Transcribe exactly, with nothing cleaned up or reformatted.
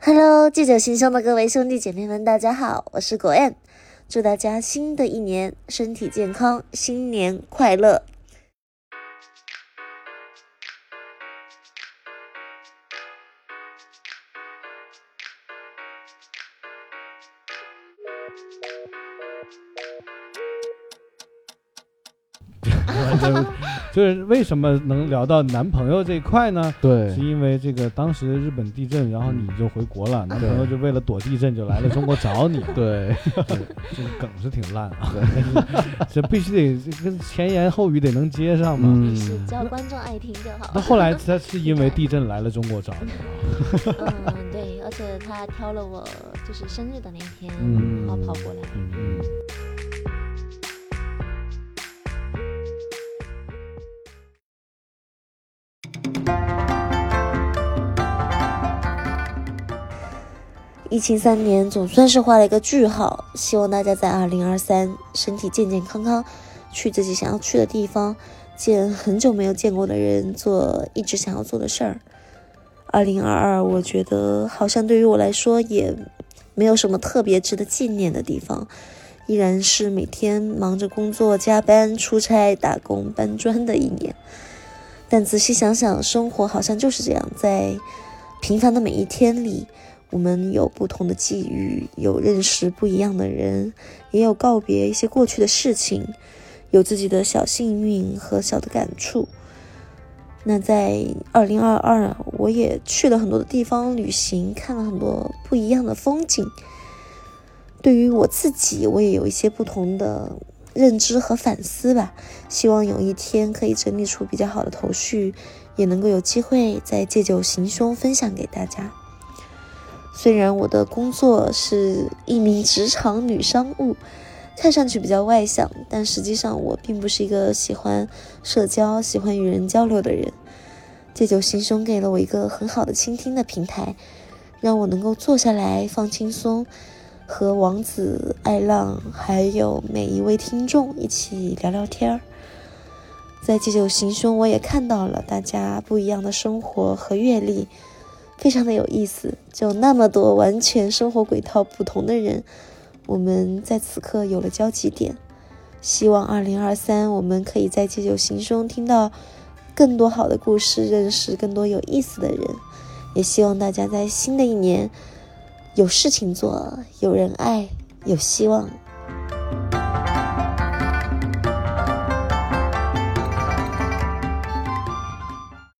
Hello， 记者心胸的各位兄弟姐妹们，大家好，我是果燕，祝大家新的一年身体健康，新年快乐。 就是为什么能聊到男朋友这一块呢？ 对， 是因为这个当时日本地震，然后你就回国了，男朋友就为了躲地震就来了中国找你。 对， 这个梗是挺烂啊，这必须得跟前言后语得能接上嘛。 嗯，是只要观众爱听就好。 那后来他是因为地震来了中国找你吗？ 嗯，对，而且他挑了我就是生日的那天， 嗯， 然后跑过来。 嗯嗯。 疫情三年总算是画了一个句号，希望大家在二零二三身体健健康康，去自己想要去的地方，见很久没有见过的人，做一直想要做的事儿。二零二二我觉得好像对于我来说也没有什么特别值得纪念的地方，依然是每天忙着工作、加班、出差、打工、搬砖的一年。但仔细想想，生活好像就是这样，在平凡的每一天里，我们有不同的际遇，有认识不一样的人，也有告别一些过去的事情，有自己的小幸运和小的感触。那在二零二二，我也去了很多的地方旅行，看了很多不一样的风景。对于我自己，我也有一些不同的认知和反思吧，希望有一天可以整理出比较好的头绪，也能够有机会再借酒行凶分享给大家。虽然我的工作是一名职场女商务，看上去比较外向，但实际上我并不是一个喜欢社交、喜欢与人交流的人。借酒行凶给了我一个很好的倾听的平台，让我能够坐下来放轻松，和王子、爱浪还有每一位听众一起聊聊天儿。在借酒行凶，我也看到了大家不一样的生活和阅历，非常的有意思，就那么多完全生活轨道不同的人，我们在此刻有了交集点。希望二零二三我们可以在借酒行凶听到更多好的故事，认识更多有意思的人，也希望大家在新的一年有事情做，有人爱，有希望，